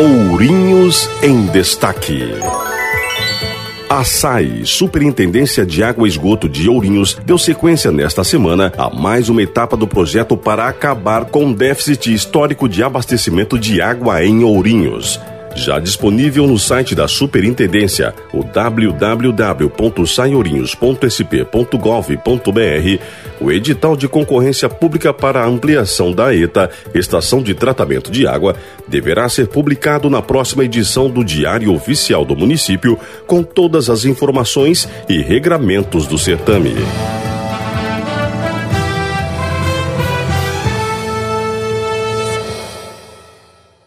Ourinhos em Destaque. A SAI, Superintendência de Água e Esgoto de Ourinhos, deu sequência nesta semana a mais uma etapa do projeto para acabar com o déficit histórico de abastecimento de água em Ourinhos. Já disponível no site da Superintendência, o www.saiorinhos.sp.gov.br, o edital de concorrência pública para a ampliação da ETA, Estação de Tratamento de Água, deverá ser publicado na próxima edição do Diário Oficial do Município, com todas as informações e regramentos do certame.